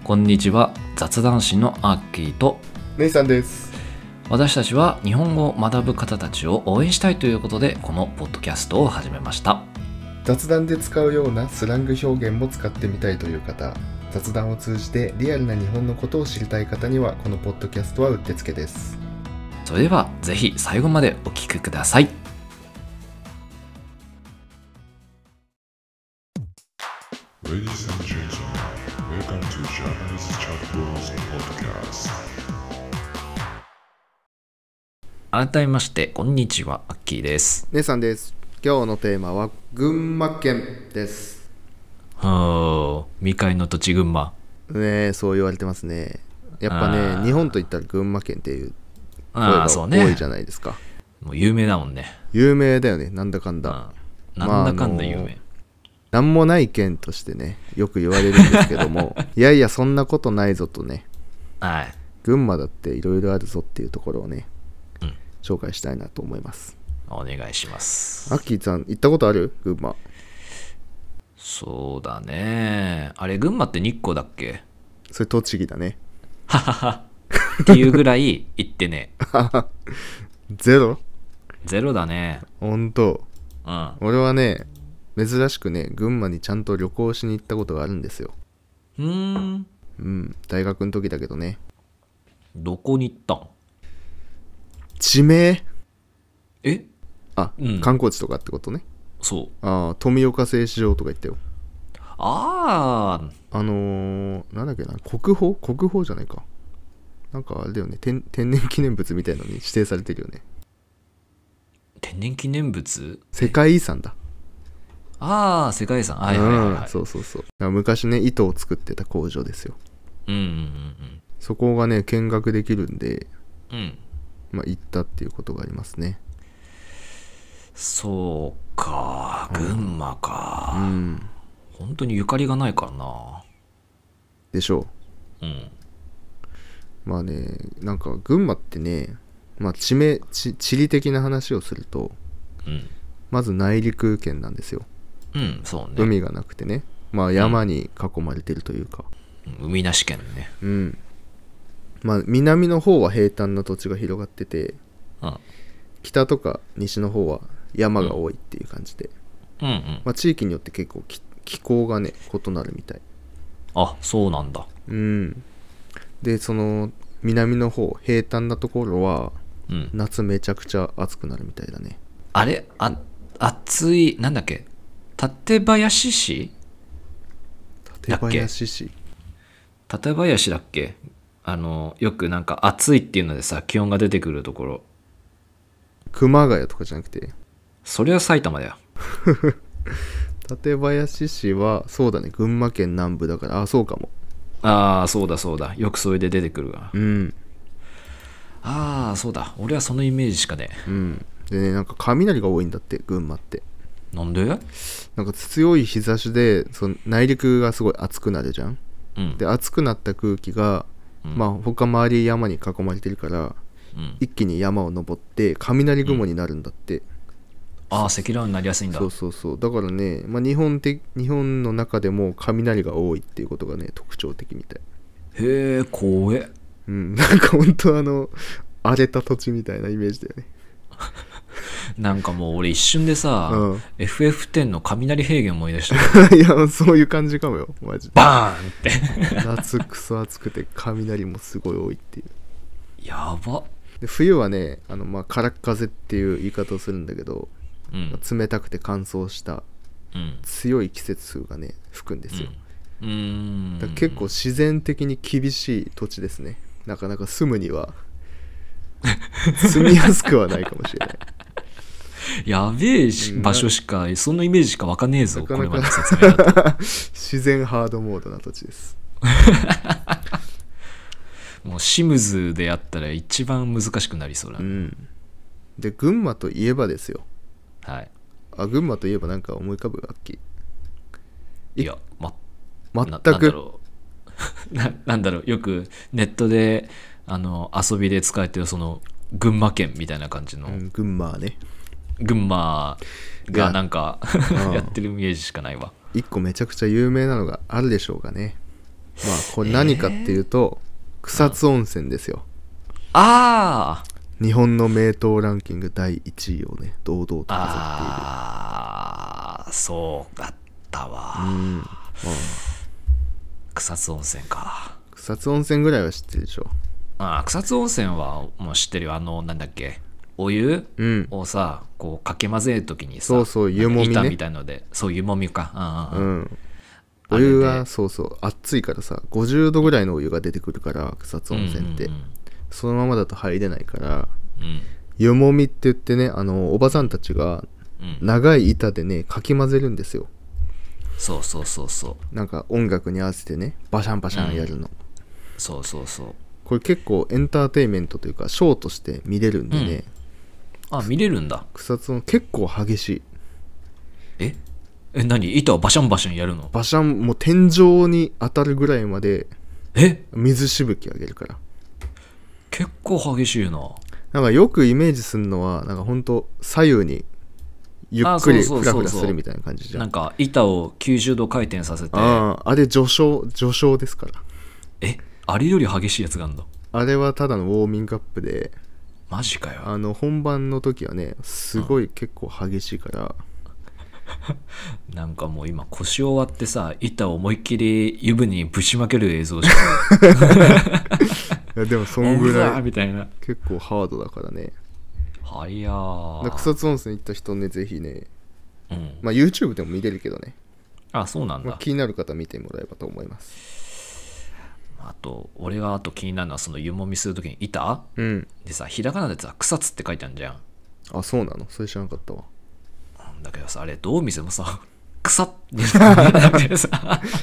こんにちは。雑談師のアッキーとネイさんです。 私たちは日本語を学ぶ方たちを応援したいということでこのポッドキャストを始めました。 雑談で使うようなスラング表現も使ってみたいという方、雑談を通じてリアルな日本のことを知りたい方にはこのポッドキャストはうってつけです。 それではぜひ最後までお聞きください。 Ladies and gentlemen, welcome to Japanese Chat Bros Podcast. 改めましてこんにちは、アッキーです。 ネイさんです。今日のテーマは群馬県です。 未開の土地群馬ねえ、そう言われてますね。やっぱね、日本といったら群馬県っていう声がそう多いじゃないですか。 もう有名だもんね。 有名だよね、なんだかんだ。 なんだかんだ有名。 なんもない県としてね、よく言われるんですけどもいやいやそんなことないぞとね、 はい、 群馬だっていろいろあるぞっていうところをね、 うん、 紹介したいなと思います。 お願いします。 アッキーさん行ったことある？群馬。 そうだね。あれ群馬って日光だっけ？ それ栃木だね。 はははっていうぐらい行ってね。 ゼロだね。 ほんと。 うん。 俺はね、珍しくね、群馬にちゃんと旅行しに行ったことがあるんですよ。うん、大学の時だけどね。 どこに行ったん？ 地名？ うん、 観光地とかってことね。 そう。 富岡製糸場とか行ったよ。なんだっけな、国宝じゃないか。なんかあれだよね、天然記念物みたいのに指定されてるよね。 天然記念物？ 世界遺産だ。 世界遺産。はいはいはい、はい、 そうそうそう。昔ね、糸を作ってた工場ですよ。そこがね、見学できるんで、行ったっていうことがありますね。 そうか、群馬か。本当にゆかりがないからな。 でしょう。まあね、なんか群馬ってね、地理的な話をすると、まず内陸圏なんですよ。 そうね。 海がなくてね、山に囲まれてるというか、 海なし県ね。 南の方は平坦な土地が広がってて、北とか西の方は山が多いっていう感じで、地域によって結構気候がね異なるみたい。 そうなんだ。 でその南の方平坦なところは、夏めちゃくちゃ暑くなるみたいだね。 あれ暑い、なんだっけ、館林市だっけ？館林だっけ？よくなんか暑いっていうのでさ、気温が出てくるところ。 熊谷とかじゃなくて？ それは埼玉だよ。 館林市はそうだね、群馬県南部だから。そうかも。 そうだ、よくそれで出てくるわ。そうだ、俺はそのイメージしかね。 でね、なんか雷が多いんだって、群馬って。 なんで？ なんか強い日差しでその内陸がすごい暑くなるじゃん。で暑くなった空気が、他周り山に囲まれてるから、一気に山を登って雷雲になるんだって。 積乱雲になりやすいんだ。 そうだからね、日本の中でも雷が多いっていうことがね特徴的みたい。 へえ、怖え。 なんか本当荒れた土地みたいなイメージだよね。 なんかもう俺一瞬でさ、FF10 の雷平原思い出した。 いやそういう感じかもよ、マジで。 バーンって夏クソ暑くて雷もすごい多いっていう。 やば。 で冬はね、からっ風っていう言い方をするんだけど、冷たくて乾燥した強い季節風がね吹くんですよ。だから結構自然的に厳しい土地ですね。なかなか住むには住みやすくはないかもしれない。 やべえ場所しか、そのイメージしかわかんねえぞ。これまで説明だと自然ハードモードな土地です。 もうシムズでやったら一番難しくなりそうだ。 で群馬といえばですよ。群馬といえばなんか思い浮かぶ？アッキー。いや、全くなんだろう、よくネットで遊びで使えてるその群馬県みたいな感じの、 群馬ね。 群馬がなんかやってるイメージしかないわ。 一個めちゃくちゃ有名なのがあるでしょうかね。 これ何かっていうと、草津温泉ですよ。 ああ、 日本の名湯ランキング第1位をね堂々と飾っている。 ああ、そうだったわ。草津温泉か。 草津温泉ぐらいは知ってるでしょ。 草津温泉はもう知ってるよ。なんだっけ、お湯をさ、こうかき混ぜるときにさ、 そう湯もみね、 板みたいので、そう湯もみか。 お湯がそう熱いからさ、50度ぐらいのお湯が出てくるから、草津温泉って、そのままだと入れないから、湯もみって言ってね、おばさんたちが長い板でねかき混ぜるんですよ。 そうなんか音楽に合わせてねバシャンバシャンやるの、 そうこれ結構エンターテインメントというかショーとして見れるんでね、 見れるんだ。 草津温結構激しい。 何、板をバシャンバシャンやるの？ バシャン、もう天井に当たるぐらいまで水しぶきあげるから。 結構激しいな。 なんかよくイメージするのは、なんかほんと左右にゆっくりフラフラするみたいな感じじゃん。 なんか板を90度回転させて、 あれ序章ですから。 あれより激しいやつがあるんだ。 あれはただのウォーミングアップで、 マジかよ。 本番の時はねすごい結構激しいから、 なんかもう今腰を割ってさ、板を思いっきり湯船にぶちまける映像しかいやでもそんぐらいみたいな、 結構ハードだからね。 はいやー。 草津温泉行った人ね、ぜひね、YouTube でも見れるけどね。 そうなんだ。 気になる方見てもらえばと思います。 あと俺が気になるのは、その湯もみするときに板、でさ、ひらがなでさ草津って書いてあるじゃん。 そうなの？それ知らなかったわ。 だけどさ、あれどう見てもさ草って見えないさ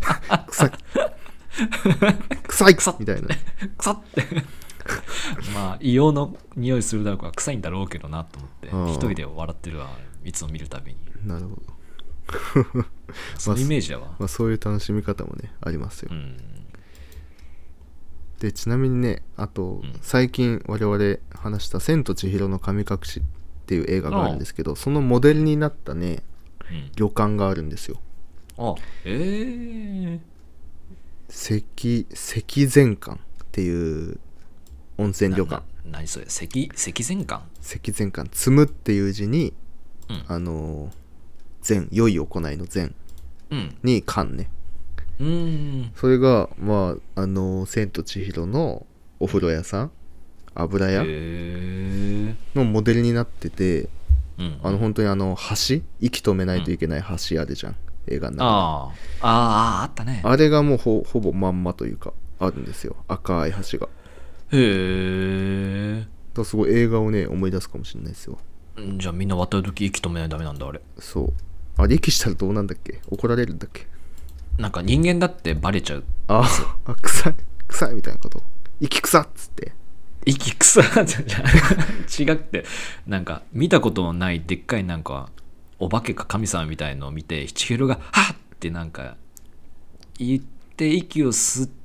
臭いみたいな草って硫黄の匂いするだろうから臭いんだろうけどなと思って一人で笑ってるわ、いつも見るたびに。 なるほどそのイメージだわ。 そういう楽しみ方もねありますよ。でちなみにね、あと、最近我々話した千と千尋の神隠しっていう映画があるんですけど、そのモデルになったね、旅館があるんですよ。積善館っていう温泉旅館。 何それ？積善館？ 積善館、積むっていう字に、善、良い行いの善に館ね。それが千と千尋のお風呂屋さん、油屋のモデルになってて、本当に橋、息止めないといけない橋あるじゃん、映画の中で。 あったね。 あれがもうほぼまんまというかあるんですよ、赤い橋が。だすごい映画をね思い出すかもしれないですよ。 じゃあみんな渡るとき息止めないとダメなんだ。あれ息したらどうなんだっけ？怒られるんだっけ？ なんか人間だってバレちゃう。 臭いみたいなこと。息臭っつって。 息臭っ違って、なんか見たことのないでっかいなんかお化けか神様みたいのを見て、千尋がはっってなんか言って息を吸って、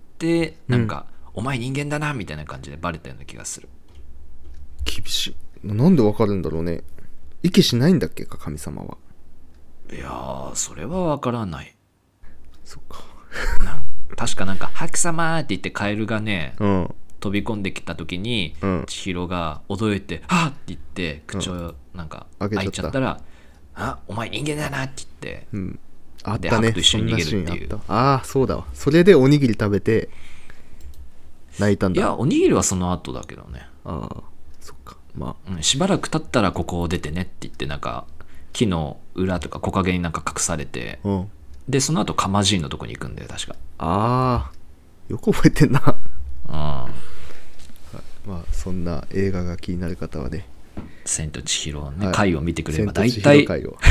なんか、お前人間だなみたいな感じでバレたような気がする。 厳しい。なんでわかるんだろうね。息しないんだっけか、神様は。 いやー、それはわからない。 そっか。 確かなんかハク様って言ってカエルがね、飛び込んできた時に、千尋が驚いてはっって言って口をなんか開いちゃったら、お前人間だなって言って、 あったね、 と一緒に逃げるっていう。 そうだわ。それでおにぎり食べて泣いたんだ。 いや、おにぎりはその後だけどね。 そっか。 しばらく経ったらここを出てねって言って、なんか木の裏とか木陰になんか隠されて、でその後カマジーンのとこに行くんだよ確か。 よく覚えてんな。そんな映画が気になる方はね、 千と千尋のね、回を見てくれれば大体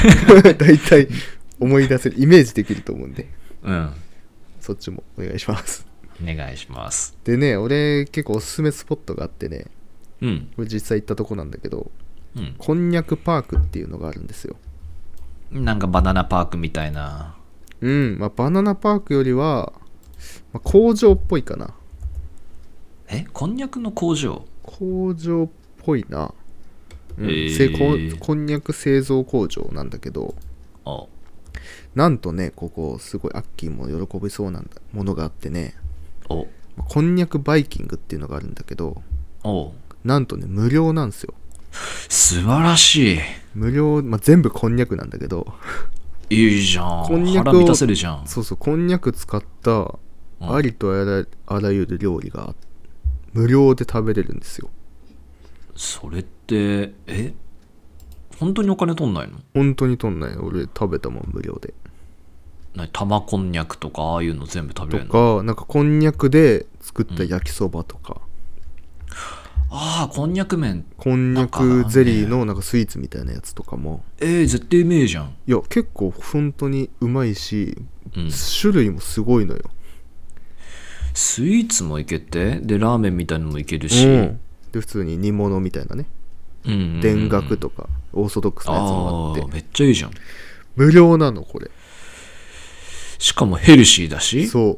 思い出せる、イメージできると思うんで、そっちもお願いします。 お願いします。 でね、俺結構おすすめスポットがあってね、これ実際行ったとこなんだけど、こんにゃくパークっていうのがあるんですよ。 なんかバナナパークみたいな。 バナナパークよりは、工場っぽいかな。 こんにゃくの工場っぽいな。こんにゃく製造工場なんだけど、なんとね、ここすごいアッキーも喜びそうなものがあってね、 おこんにゃくバイキングっていうのがあるんだけど、なんとね無料なんですよ。 素晴らしい。 無料、全部こんにゃくなんだけど、 いいじゃん。 こんにゃくを腹満たせるじゃん。 そうそう、こんにゃく使ったありとあらゆる料理が無料で食べれるんですよ。 それって本当にお金取んないの？ 本当に取んない。俺食べたもん無料で。 玉こんにゃくとかああいうの全部食べれるの？ とか、なんかこんにゃくで作った焼きそばとか、 ああこんにゃく麺、 こんにゃくゼリーのなんかスイーツみたいなやつとかも、 絶対うめえじゃん。 いや結構本当にうまいし、種類もすごいのよ。 スイーツもいけて、でラーメンみたいなのもいけるし、 で普通に煮物みたいなね、田楽とかオーソドックスなやつもあって、 めっちゃいいじゃん。 無料なのこれ。 しかもヘルシーだし。 そう。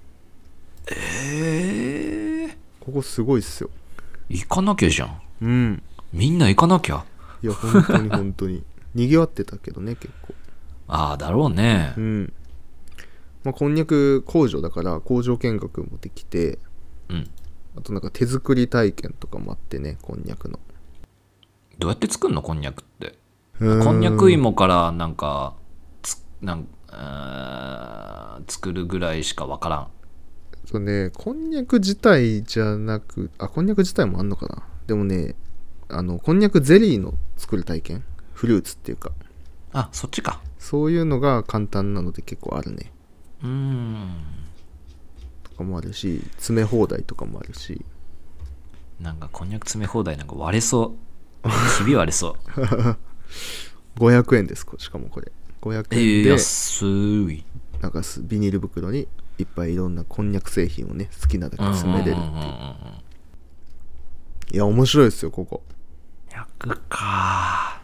ここすごいっすよ。 行かなきゃじゃん。 うん。 みんな行かなきゃ。 いや本当に本当ににぎわってたけどね結構。 ああだろうね。 うん。こんにゃく工場だから工場見学もできて、あとなんか手作り体験とかもあってね、こんにゃくの。 どうやって作るのこんにゃくって？こんにゃく芋からなんか作るぐらいしかわからん。 そうね、こんにゃく自体じゃなく、こんにゃく自体もあんのかな。でもね、こんにゃくゼリーの作る体験、フルーツっていうか、 そっちか。 そういうのが簡単なので結構あるね。とかもあるし、詰め放題とかもあるし。 なんかこんにゃく詰め放題なんか割れそう。ひび割れそう。 500円です。しかもこれ500円で、 安い。 なんかビニール袋にいっぱいいろんなこんにゃく製品をね好きなだけ詰めれるっていう。いや面白いですよここ。 100か。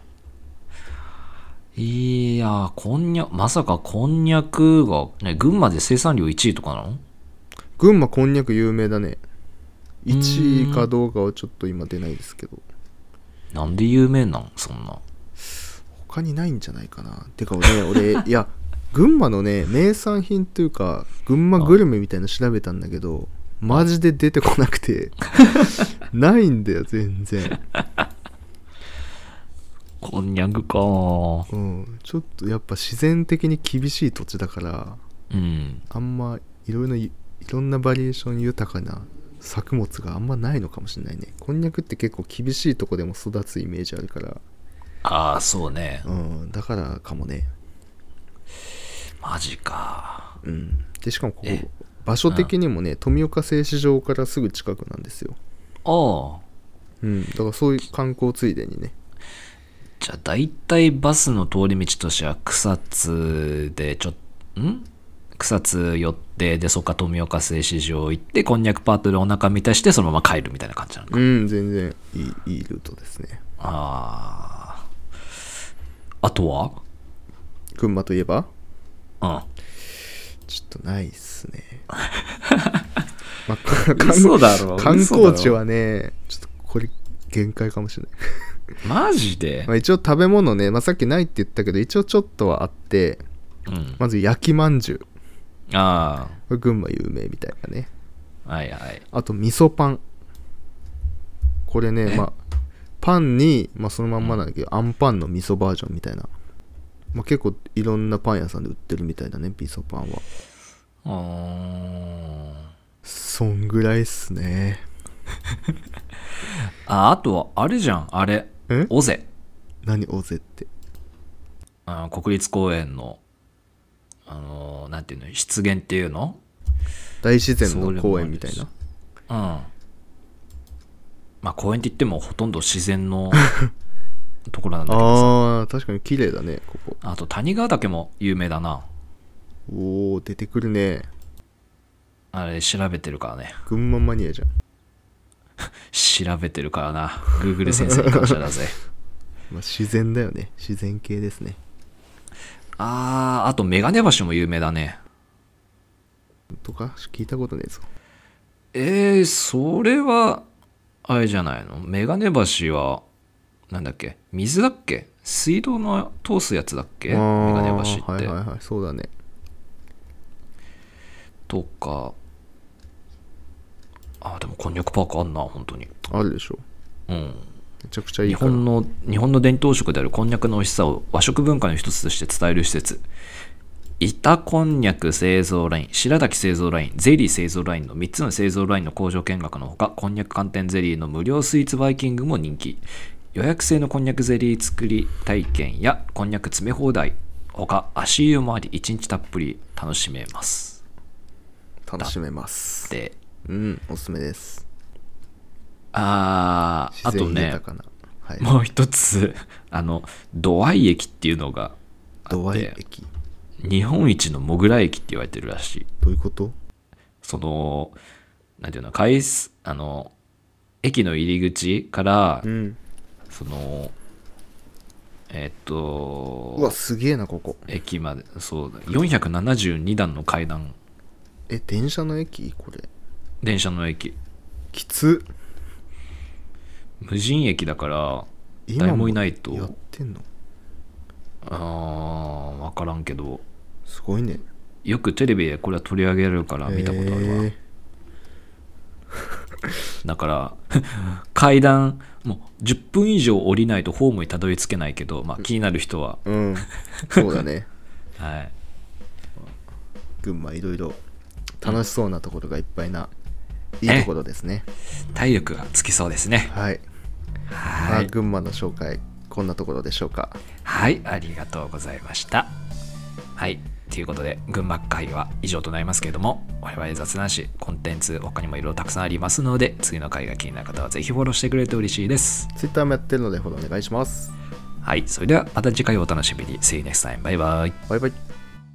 いやまさかこんにゃくが、群馬で生産量1位とかなの？ 群馬こんにゃく有名だね。1位かどうかはちょっと今出ないですけど。 なんで有名なんそんな。 他にないんじゃないかな。てか俺いや群馬のね名産品というか群馬グルメみたいなの調べたんだけど、マジで出てこなくてないんだよ全然。 こんにゃくか。 ちょっとやっぱ自然的に厳しい土地だから、あんまいろんなバリエーション豊かな作物があんまないのかもしれないね。こんにゃくって結構厳しいとこでも育つイメージあるから。 そうね。 だからかもね。 マジか。 でしかもここ場所的にもね、富岡製糸場からすぐ近くなんですよ。だからそういう観光ついでにね。 じゃあ大体バスの通り道としては草津で草津寄って、でそっか富岡製糸場行ってこんにゃくパートでお腹満たしてそのまま帰るみたいな感じなのか。 全然いいルートですね。 あとは群馬といえばちょっとないっすね。 嘘だろ。 観光地はねちょっとこれ限界かもしれない。 マジで？ 一応食べ物ね、さっきないって言ったけど一応ちょっとはあって、まず焼きまんじゅう。これ群馬有名みたいなね。あと味噌パン。これねパンに、そのまんまなんだけど、あんパンの味噌バージョンみたいな。結構いろんなパン屋さんで売ってるみたいだね味噌パンは。そんぐらいっすね。 あとはあれじゃん、あれ尾瀬。 何尾瀬って？ 国立公園のなんていうの、湿原っていうの？ 大自然の公園みたいな。 公園って言ってもほとんど自然のところなんだけどさ。 確かに綺麗だねここ。 あと谷川岳も有名だな。 出てくるね。 あれ調べてるからね。 群馬マニアじゃん。 調べてるからな。 Google 先生に感謝だぜ。 自然だよね。自然系ですね。 あと眼鏡橋も有名だね。 とか聞いたことねえぞ。 それはあれじゃないの？眼鏡橋はなんだっけ、水だっけ、水道の通すやつだっけ、眼鏡橋って。 そうだね。 とかあ、でもこんにゃくパークあんな、本当に。 あるでしょ。 うん。 めちゃくちゃいい日から。 本の伝統食であるこんにゃくの美味しさを和食文化の一つとして伝える施設、板こんにゃく製造ライン、白滝製造ライン、ゼリー製造ラインの3つの製造ラインの工場見学のほか、こんにゃく寒天ゼリーの無料スイーツバイキングも人気。予約制のこんにゃくゼリー作り体験やこんにゃく詰め放題ほか、足湯もあり1日たっぷり楽しめます。 楽しめますで、 おすすめです。 あとね、 はい、 もう一つ土合駅っていうのがあって、 土合駅、 日本一のモグラ駅って言われてるらしい。 どういうこと？ なんていうの、駅の入り口から、 うわ、すげえな、ここ。 駅まで、そうだ、472段の階段。 電車の駅？これ。 電車の駅。 きつ。 無人駅だから、誰もいないと。 やってんの？ わからんけど。 すごいね。 よくテレビでこれは取り上げられるから見たことあるわ。だから階段もう10分以上降りないとホームにたどり着けないけど、まあ、気になる人は、 そうだね。 はい。 群馬いろいろ楽しそうなところがいっぱいな、いいところですね。 体力がつきそうですね。 はい。まあ、群馬の紹介こんなところでしょうか。 はい、ありがとうございました。はい、ということで群馬会は以上となりますけれども、我々雑談誌コンテンツ他にもいろいろたくさんありますので、次の回が気になる方はぜひフォローしてくれると嬉しいです。 Twitter もやってるのでフォローお願いします。 はい、それではまた次回をお楽しみに。 See you next time. バイバイ。 バイバイ。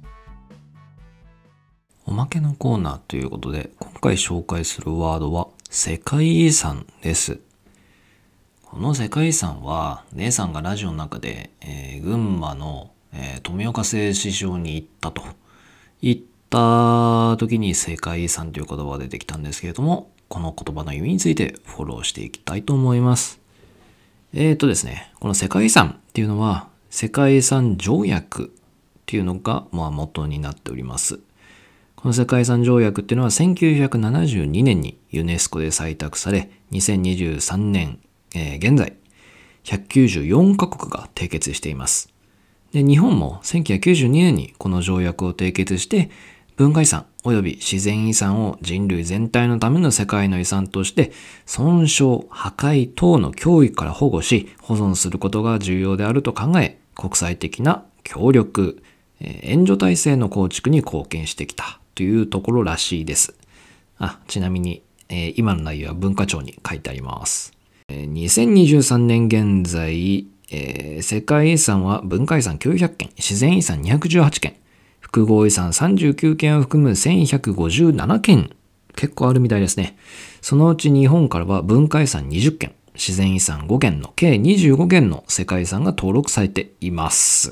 おまけのコーナーということで、今回紹介するワードは世界遺産です。この世界遺産は姉さんがラジオの中で、群馬の、富岡製糸場に行ったと言った時に世界遺産という言葉が出てきたんですけれども、この言葉の意味についてフォローしていきたいと思います。ですね、この世界遺産っていうのは世界遺産条約っていうのが元になっております。この世界遺産条約っていうのは1972年にユネスコで採択され、2023年、現在194カ国が締結しています。で、日本も1992年にこの条約を締結して、文化遺産及び自然遺産を人類全体のための世界の遺産として損傷、破壊等の脅威から保護し保存することが重要であると考え、国際的な協力、援助体制の構築に貢献してきたというところらしいです。ちなみに、今の内容は文化庁に書いてあります。2023年現在、世界遺産は文化遺産900件、自然遺産218件、複合遺産39件を含む1157件、結構あるみたいですね。そのうち日本からは文化遺産20件、自然遺産5件の計25件の世界遺産が登録されています。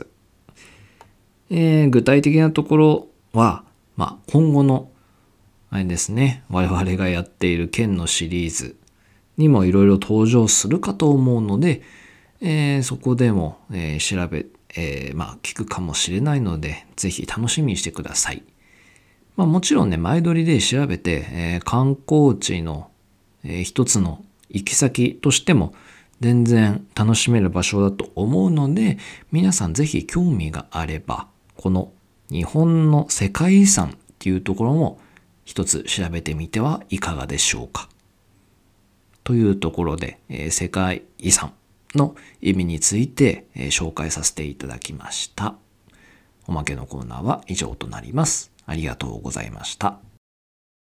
具体的なところは、今後のあれですね、我々がやっている県のシリーズにもいろいろ登場するかと思うので、そこでも、調べ、聞くかもしれないので、ぜひ楽しみにしてください。もちろんね、前撮りで調べて、観光地の、一つの行き先としても全然楽しめる場所だと思うので、皆さんぜひ興味があれば、この日本の世界遺産っていうところも一つ調べてみてはいかがでしょうか。というところで、世界遺産の意味について、紹介させていただきました。おまけのコーナーは以上となります。ありがとうございました。